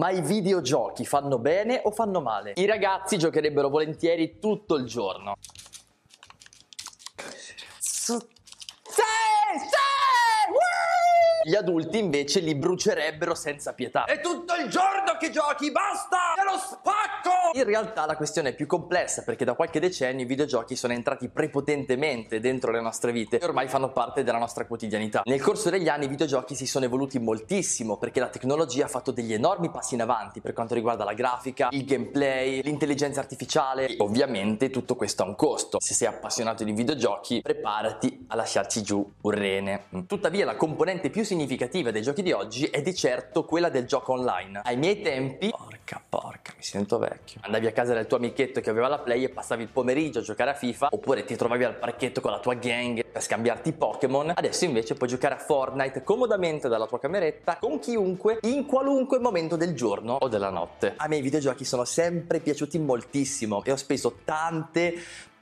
Ma i videogiochi fanno bene o fanno male? I ragazzi giocherebbero volentieri tutto il giorno. Gli adulti invece li brucerebbero senza pietà. È tutto il giorno che giochi, basta! Te lo spacco! In realtà la questione è più complessa, perché da qualche decennio i videogiochi sono entrati prepotentemente dentro le nostre vite e ormai fanno parte della nostra quotidianità. Nel corso degli anni i videogiochi si sono evoluti moltissimo, perché la tecnologia ha fatto degli enormi passi in avanti per quanto riguarda la grafica, il gameplay, l'intelligenza artificiale e ovviamente tutto questo ha un costo. Se sei appassionato di videogiochi, preparati a lasciarci giù un rene. Tuttavia la componente più significativa dei giochi di oggi è di certo quella del gioco online. Ai miei tempi, porca, mi sento vecchio. Andavi a casa del tuo amichetto che aveva la Play e passavi il pomeriggio a giocare a FIFA, oppure ti trovavi al parchetto con la tua gang per scambiarti Pokémon. Adesso invece puoi giocare a Fortnite comodamente dalla tua cameretta con chiunque in qualunque momento del giorno o della notte. A me i videogiochi sono sempre piaciuti moltissimo e ho speso tante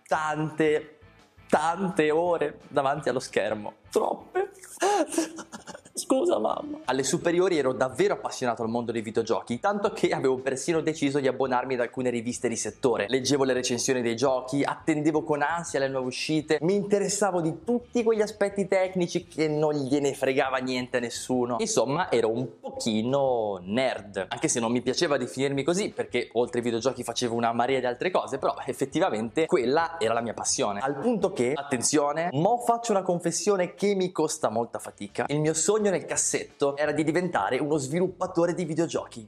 ore davanti allo schermo. Troppe. Scusa mamma. Alle superiori ero davvero appassionato al mondo dei videogiochi, tanto che avevo persino deciso di abbonarmi ad alcune riviste di settore. Leggevo le recensioni dei giochi, attendevo con ansia le nuove uscite, mi interessavo di tutti quegli aspetti tecnici che non gliene fregava niente a nessuno. Insomma, ero un pochino nerd, anche se non mi piaceva definirmi così, perché oltre ai videogiochi facevo una marea di altre cose, però effettivamente quella era la mia passione. Al punto che, attenzione, mo faccio una confessione che mi costa molta fatica. Il mio sogno nel cassetto era di diventare uno sviluppatore di videogiochi.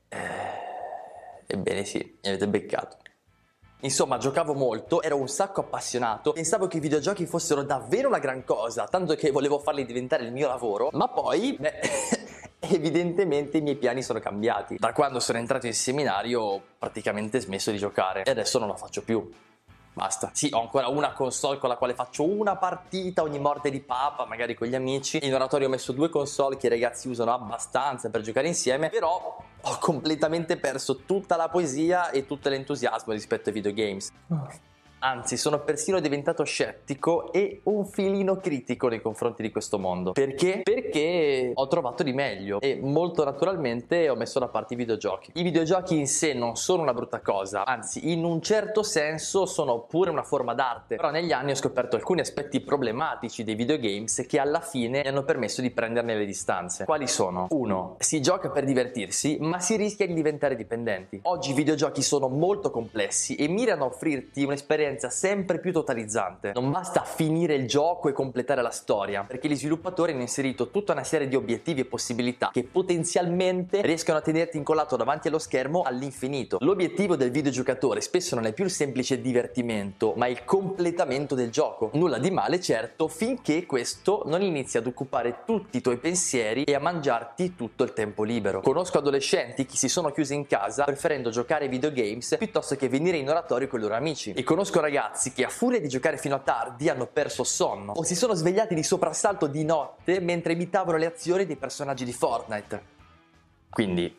Ebbene sì, mi avete beccato. Insomma, giocavo molto, ero un sacco appassionato, pensavo che i videogiochi fossero davvero una gran cosa, tanto che volevo farli diventare il mio lavoro, ma poi, evidentemente i miei piani sono cambiati. Da quando sono entrato in seminario ho praticamente smesso di giocare e adesso non lo faccio più. Basta. Sì, ho ancora una console con la quale faccio una partita ogni morte di papa, magari con gli amici. In oratorio ho messo 2 console che i ragazzi usano abbastanza per giocare insieme, però ho completamente perso tutta la poesia e tutto l'entusiasmo rispetto ai videogames. Anzi, sono persino diventato scettico e un filino critico nei confronti di questo mondo. Perché? Perché ho trovato di meglio e molto naturalmente ho messo da parte i videogiochi. I videogiochi in sé non sono una brutta cosa, anzi in un certo senso sono pure una forma d'arte. Però negli anni ho scoperto alcuni aspetti problematici dei videogames che alla fine mi hanno permesso di prenderne le distanze. Quali sono? 1. Si gioca per divertirsi, ma si rischia di diventare dipendenti. Oggi i videogiochi sono molto complessi e mirano a offrirti un'esperienza sempre più totalizzante. Non basta finire il gioco e completare la storia, perché gli sviluppatori hanno inserito tutta una serie di obiettivi e possibilità che potenzialmente riescono a tenerti incollato davanti allo schermo all'infinito. L'obiettivo del videogiocatore spesso non è più il semplice divertimento, ma il completamento del gioco. Nulla di male, certo, finché questo non inizia ad occupare tutti i tuoi pensieri e a mangiarti tutto il tempo libero. Conosco adolescenti che si sono chiusi in casa preferendo giocare ai videogames piuttosto che venire in oratorio con i loro amici. E conosco ragazzi che a furia di giocare fino a tardi hanno perso sonno o si sono svegliati di soprassalto di notte mentre imitavano le azioni dei personaggi di Fortnite. Quindi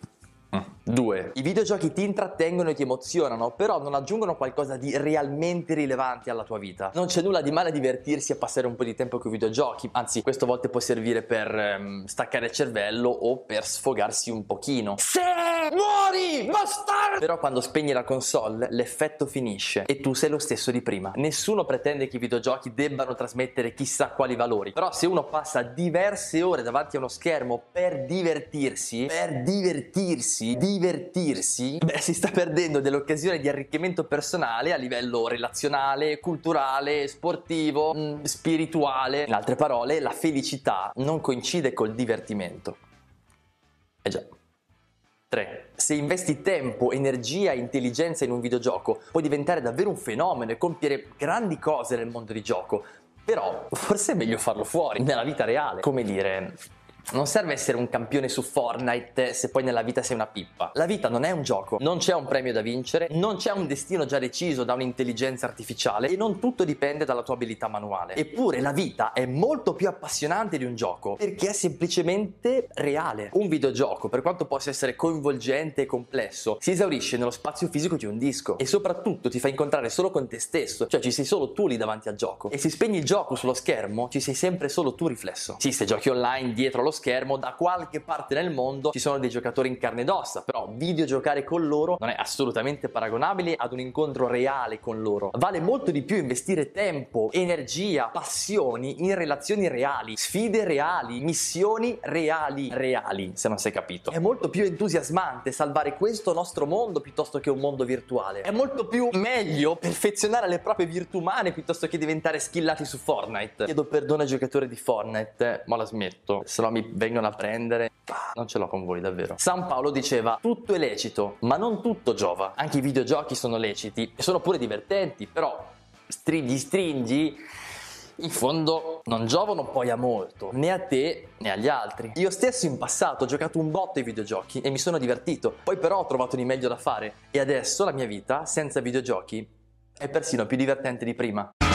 2. I videogiochi ti intrattengono e ti emozionano, però non aggiungono qualcosa di realmente rilevante alla tua vita. Non c'è nulla di male a divertirsi e passare un po' di tempo con i videogiochi, anzi questo a volte può servire per staccare il cervello o per sfogarsi un pochino. Se muori, bastardo! Però quando spegni la console l'effetto finisce e tu sei lo stesso di prima. Nessuno pretende che i videogiochi debbano trasmettere chissà quali valori, però se uno passa diverse ore davanti a uno schermo per divertirsi, si sta perdendo dell'occasione di arricchimento personale a livello relazionale, culturale, sportivo, spirituale. In altre parole, la felicità non coincide col divertimento. Già. 3. Se investi tempo, energia e intelligenza in un videogioco, puoi diventare davvero un fenomeno e compiere grandi cose nel mondo di gioco. Però forse è meglio farlo fuori, nella vita reale. Come dire, non serve essere un campione su Fortnite se poi nella vita sei una pippa. La vita non è un gioco, non c'è un premio da vincere, non c'è un destino già deciso da un'intelligenza artificiale e non tutto dipende dalla tua abilità manuale. Eppure la vita è molto più appassionante di un gioco perché è semplicemente reale. Un videogioco, per quanto possa essere coinvolgente e complesso, si esaurisce nello spazio fisico di un disco e soprattutto ti fa incontrare solo con te stesso, cioè ci sei solo tu lì davanti al gioco. E se spegni il gioco sullo schermo ci sei sempre solo tu riflesso. Sì, se giochi online dietro lo schermo da qualche parte nel mondo ci sono dei giocatori in carne ed ossa, però videogiocare con loro non è assolutamente paragonabile ad un incontro reale con loro. Vale molto di più investire tempo, energia, passioni in relazioni reali, sfide reali, missioni reali, se non sei capito. È molto più entusiasmante salvare questo nostro mondo piuttosto che un mondo virtuale. È molto più meglio perfezionare le proprie virtù umane piuttosto che diventare skillati su Fortnite. Chiedo perdono ai giocatori di Fortnite, ma la smetto, se no mi vengono a prendere. Non ce l'ho con voi, davvero. San Paolo diceva: tutto è lecito, ma non tutto giova. Anche i videogiochi sono leciti e sono pure divertenti, però stringi, in fondo non giovano poi a molto, né a te né agli altri. Io stesso in passato ho giocato un botto ai videogiochi e mi sono divertito, poi però ho trovato di meglio da fare e adesso la mia vita senza videogiochi è persino più divertente di prima.